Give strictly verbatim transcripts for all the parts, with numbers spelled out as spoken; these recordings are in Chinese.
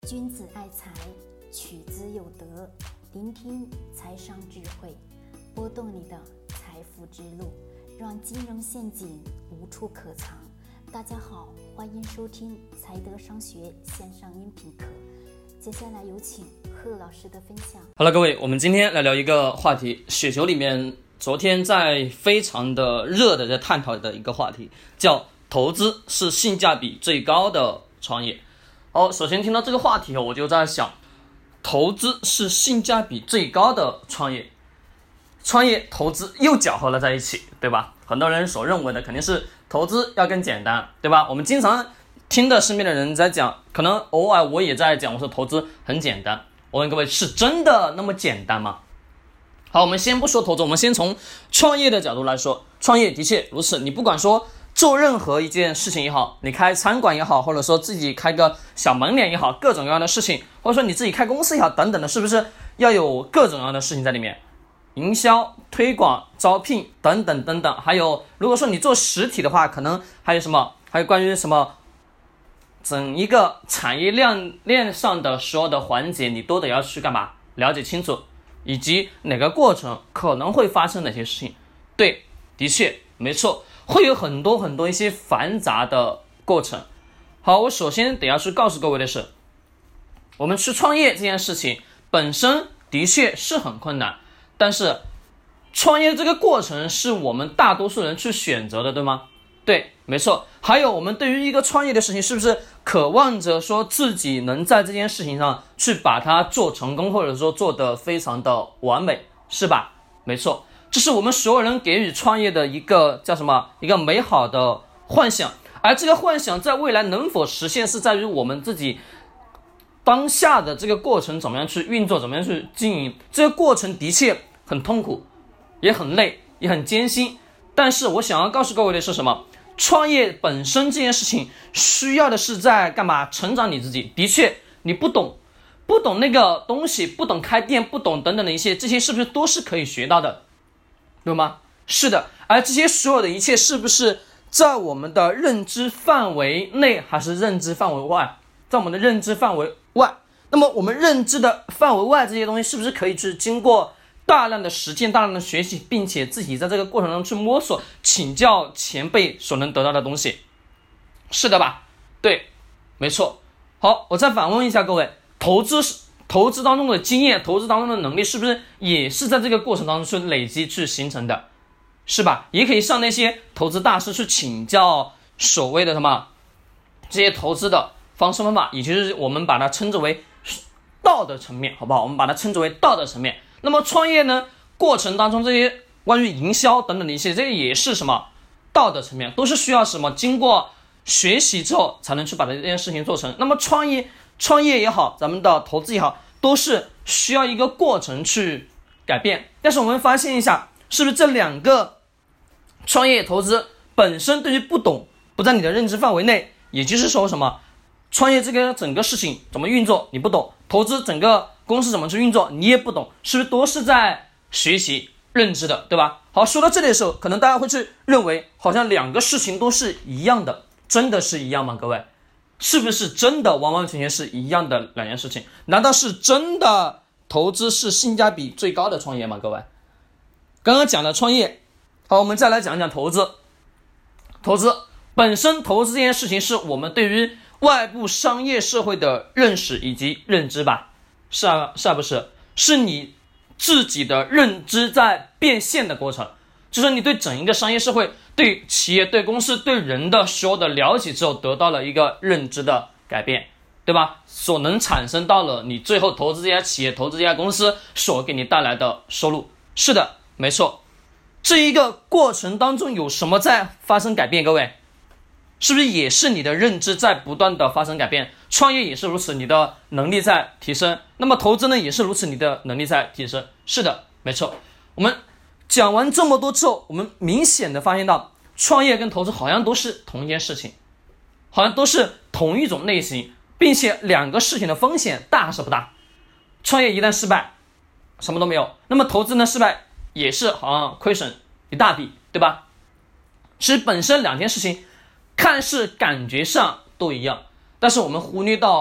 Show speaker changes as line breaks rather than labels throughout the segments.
君子爱财，取之有德。聆听财商智慧，拨动你的财富之路，让金融陷阱无处可藏。大家好，欢迎收听财德商学线上音频课。接下来有请贺老师的分享。
好了，各位，我们今天来聊一个话题，雪球里面昨天在非常的热的在探讨的一个话题，叫投资是性价比最高的创业。好，首先听到这个话题我就在想，投资是性价比最高的创业，创业投资又搅和了在一起，对吧？很多人所认为的肯定是投资要更简单，对吧？我们经常听的身边的人在讲，可能偶尔我也在讲，我说投资很简单。我问各位，是真的那么简单吗？好，我们先不说投资，我们先从创业的角度来说，创业的确如此。你不管说做任何一件事情也好，你开餐馆也好，或者说自己开个小门脸也好，各种各样的事情，或者说你自己开公司也好，等等的，是不是要有各种各样的事情在里面？营销、推广、招聘等等等等，还有如果说你做实体的话，可能还有什么？还有关于什么？整一个产业链链上的所有的环节，你都得要去干嘛？了解清楚，以及哪个过程可能会发生哪些事情。对，的确没错，会有很多很多一些繁杂的过程。好，我首先得要去告诉各位的是，我们去创业这件事情本身的确是很困难，但是创业这个过程是我们大多数人去选择的，对吗？对，没错。还有我们对于一个创业的事情，是不是渴望着说自己能在这件事情上去把它做成功，或者说做得非常的完美，是吧？没错，这是我们所有人给予创业的一个叫什么？一个美好的幻想。而这个幻想在未来能否实现，是在于我们自己当下的这个过程怎么样去运作，怎么样去经营。这个过程的确很痛苦，也很累，也很艰辛。但是我想要告诉各位的是什么？创业本身这件事情需要的是在干嘛？成长你自己。的确，你不懂不懂那个东西，不懂开店，不懂等等的一些，这些是不是都是可以学到的，对吗？是的。而这些所有的一切是不是在我们的认知范围内，还是认知范围外？在我们的认知范围外。那么我们认知的范围外这些东西是不是可以去经过大量的实践，大量的学习，并且自己在这个过程中去摸索，请教前辈所能得到的东西？是的吧？对，没错。好，我再反问一下各位，投资投资当中的经验，投资当中的能力，是不是也是在这个过程当中去累积去形成的？是吧？也可以向那些投资大师去请教所谓的什么这些投资的方式方法，也就是我们把它称之为道德层面，好不好？我们把它称之为道德层面。那么创业呢，过程当中这些关于营销等等的一些，这也是什么道德层面，都是需要什么经过学习之后才能去把这件事情做成。那么创业创业也好，咱们的投资也好，都是需要一个过程去改变。但是我们发现一下，是不是这两个创业投资本身对于不懂，不在你的认知范围内，也就是说什么创业这个整个事情怎么运作你不懂，投资整个公司怎么去运作你也不懂，是不是都是在学习认知的，对吧？好，说到这里的时候，可能大家会去认为好像两个事情都是一样的，真的是一样吗？各位，是不是真的完完全全是一样的两件事情？难道是真的投资是性价比最高的创业吗？各位，刚刚讲了创业，好，我们再来讲讲投资。投资本身，投资这件事情是我们对于外部商业社会的认识以及认知吧？是啊，是啊，不是？是你自己的认知在变现的过程，就是你对整一个商业社会、对企业、对公司、对人的所有的了解之后，得到了一个认知的改变，对吧？所能产生到了你最后投资这家企业、投资这家公司所给你带来的收入。是的，没错。这一个过程当中有什么在发生改变？各位，是不是也是你的认知在不断的发生改变？创业也是如此，你的能力在提升。那么投资呢，也是如此，你的能力在提升。是的，没错。我们讲完这么多之后，我们明显的发现到，创业跟投资好像都是同一件事情，好像都是同一种类型，并且两个事情的风险大还是不大？创业一旦失败，什么都没有。那么投资呢，失败也是好像亏损一大笔，对吧？其实本身两件事情看似感觉上都一样，但是我们忽略到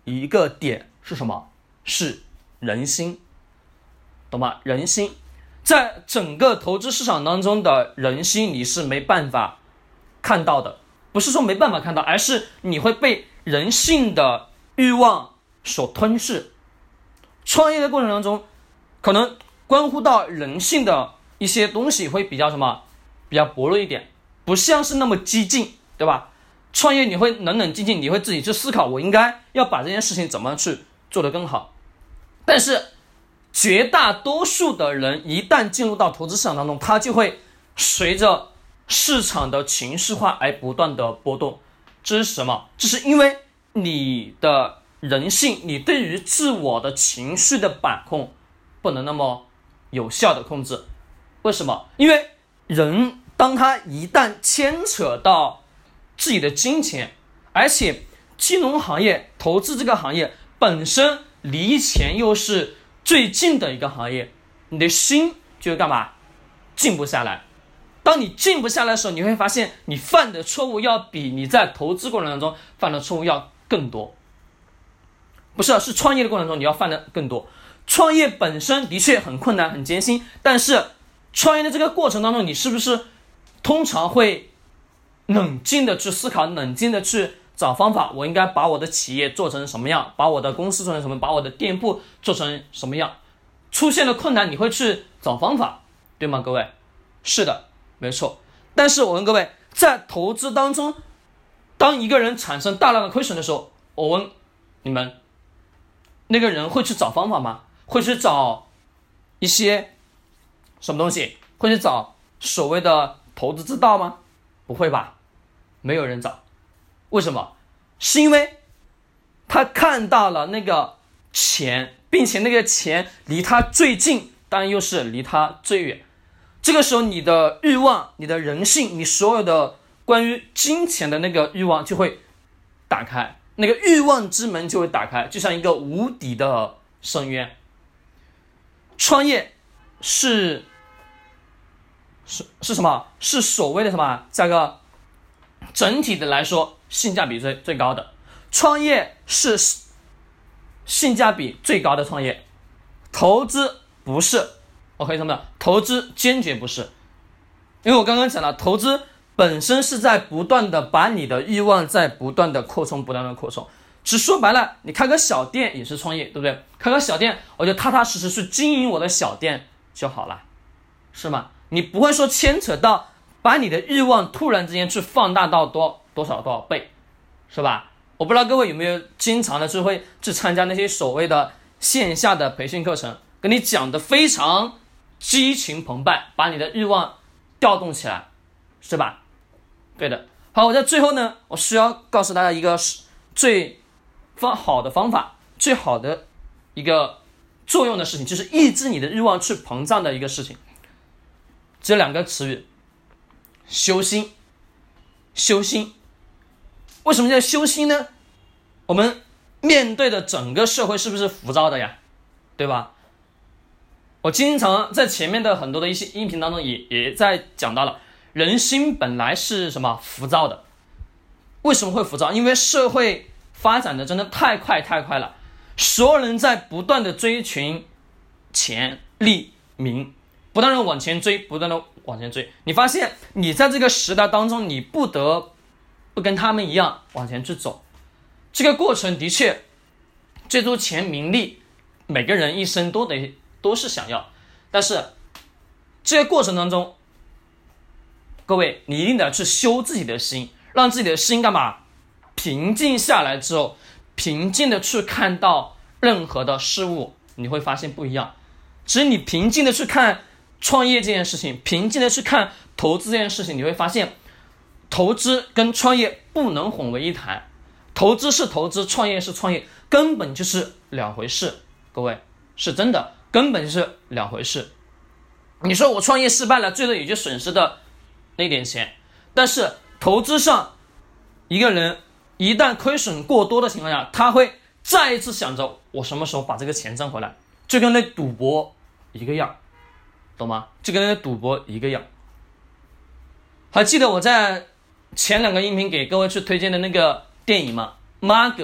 一个点是什么？是人心，懂吗？人心，在整个投资市场当中的人心你是没办法看到的，不是说没办法看到，而是你会被人性的欲望所吞噬。创业的过程当中，可能关乎到人性的一些东西会比较什么，比较薄弱一点，不像是那么激进，对吧？创业你会冷冷静静，你会自己去思考，我应该要把这件事情怎么去做得更好。但是绝大多数的人一旦进入到投资市场当中，他就会随着市场的情绪化而不断的波动。这是什么？这是因为你的人性，你对于自我的情绪的把控不能那么有效的控制。为什么？因为人当他一旦牵扯到自己的金钱，而且金融行业、投资这个行业本身离钱又是最近的一个行业，你的心就会干嘛？静不下来。当你静不下来的时候，你会发现你犯的错误要比你在投资过程当中犯的错误要更多。不是，是创业的过程中你要犯的更多。创业本身的确很困难很艰辛，但是创业的这个过程当中，你是不是通常会冷静的去思考，冷静的去找方法，我应该把我的企业做成什么样，把我的公司做成什么，把我的店铺做成什么样。出现了困难你会去找方法，对吗各位？是的，没错。但是我问各位，在投资当中，当一个人产生大量的亏损的时候，我问你们，那个人会去找方法吗？会去找一些什么东西？会去找所谓的投资之道吗？不会吧，没有人找。为什么？是因为他看到了那个钱，并且那个钱离他最近，但又是离他最远。这个时候你的欲望，你的人性，你所有的关于金钱的那个欲望就会打开，那个欲望之门就会打开，就像一个无底的深渊。创业是是是什么？是所谓的什么？这个整体的来说，性价比最最高的创业是性价比最高的创业，投资不是。OK， 什么的？投资坚决不是，因为我刚刚讲了，投资本身是在不断的把你的欲望在不断的扩充，不断的扩充。只说白了，你开个小店也是创业，对不对？开个小店，我就踏踏实实去经营我的小店就好了，是吗？你不会说牵扯到把你的欲望突然之间去放大到多多少多少倍，是吧？我不知道各位有没有经常的就会去参加那些所谓的线下的培训课程，跟你讲的非常激情澎湃，把你的欲望调动起来，是吧？对的。好，我在最后呢，我需要告诉大家一个最方好的方法，最好的一个作用的事情，就是抑制你的欲望去膨胀的一个事情。这两个词语，修心。修心，为什么叫修心呢？我们面对的整个社会是不是浮躁的呀？对吧？我经常在前面的很多的一些音频当中也也在讲到了，人心本来是什么？浮躁的。为什么会浮躁？因为社会发展的真的太快太快了，所有人在不断的追寻钱利名，不断的往前追，不断的往前追。你发现你在这个时代当中，你不得不跟他们一样往前去走。这个过程的确，追逐钱名利，每个人一生都得都是想要，但是这个过程当中，各位你一定得去修自己的心，让自己的心干嘛？平静下来之后，平静的去看到任何的事物，你会发现不一样。只是你平静的去看创业这件事情，平静的去看投资这件事情，你会发现投资跟创业不能混为一谈，投资是投资，创业是创业，根本就是两回事。各位，是真的，根本就是两回事。你说我创业失败了，最多也就损失的那点钱，但是投资上，一个人一旦亏损过多的情况下，他会再一次想着我什么时候把这个钱挣回来，就跟那赌博一个样，懂吗？就跟那赌博一个样。还记得我在前两个音频给各位去推荐的那个电影吗？马格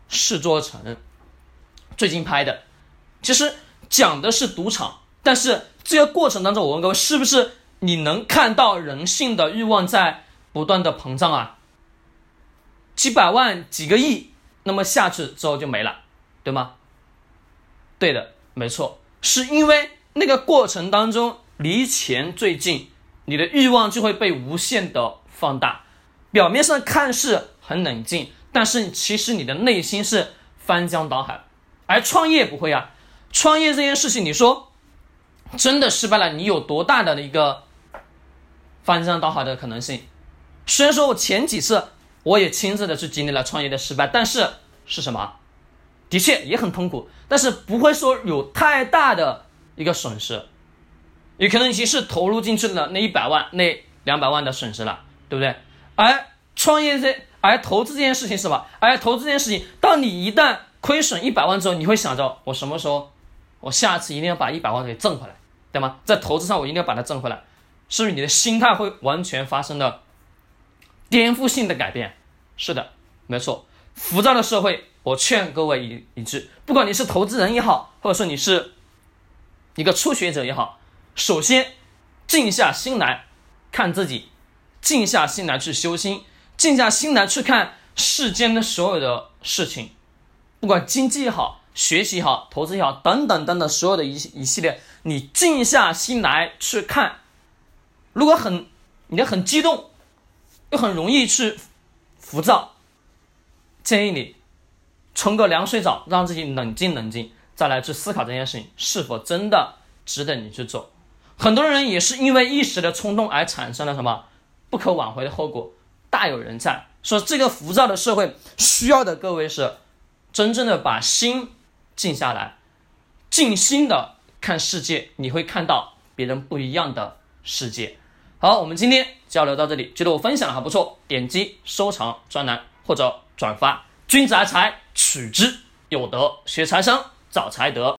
世作城最近拍的，其实讲的是赌场，但是这个过程当中，我问各位，是不是你能看到人性的欲望在不断的膨胀啊？几百万几个亿，那么下去之后就没了，对吗？对的，没错，是因为那个过程当中离钱最近，你的欲望就会被无限的放大，表面上看似很冷静，但是其实你的内心是翻江倒海。而创业不会啊，创业这件事情，你说真的失败了，你有多大的一个翻江倒海的可能性？虽然说我前几次我也亲自的去经历了创业的失败，但是是什么？的确也很痛苦，但是不会说有太大的一个损失，也可能已经是投入进去了那一百万、那两百万的损失了，对不对？而创业这，而投资这件事情是吧？而投资这件事情，当你一旦亏损一百万之后，你会想着我什么时候，我下次一定要把一百万给挣回来，对吗？在投资上我一定要把它挣回来，是不是你的心态会完全发生了颠覆性的改变？是的，没错。浮躁的社会，我劝各位一一致，不管你是投资人也好，或者说你是一个初学者也好，首先静下心来看自己，静下心来去修心，静下心来去看世间的所有的事情，不管经济也好，学习也好，投资也好，等等等等，所有的一一系列，你静下心来去看。如果很你的很激动，又很容易去浮躁，建议你冲个凉水澡，让自己冷静冷静，再来去思考这件事情是否真的值得你去做。很多人也是因为一时的冲动而产生了什么不可挽回的后果，大有人在。说这个浮躁的社会需要的各位是真正的把心静下来，静心的看世界，你会看到别人不一样的世界。好，我们今天交流到这里，觉得我分享的还不错，点击收藏专栏或者转发。君子爱财，取之有德，学财商，找财德。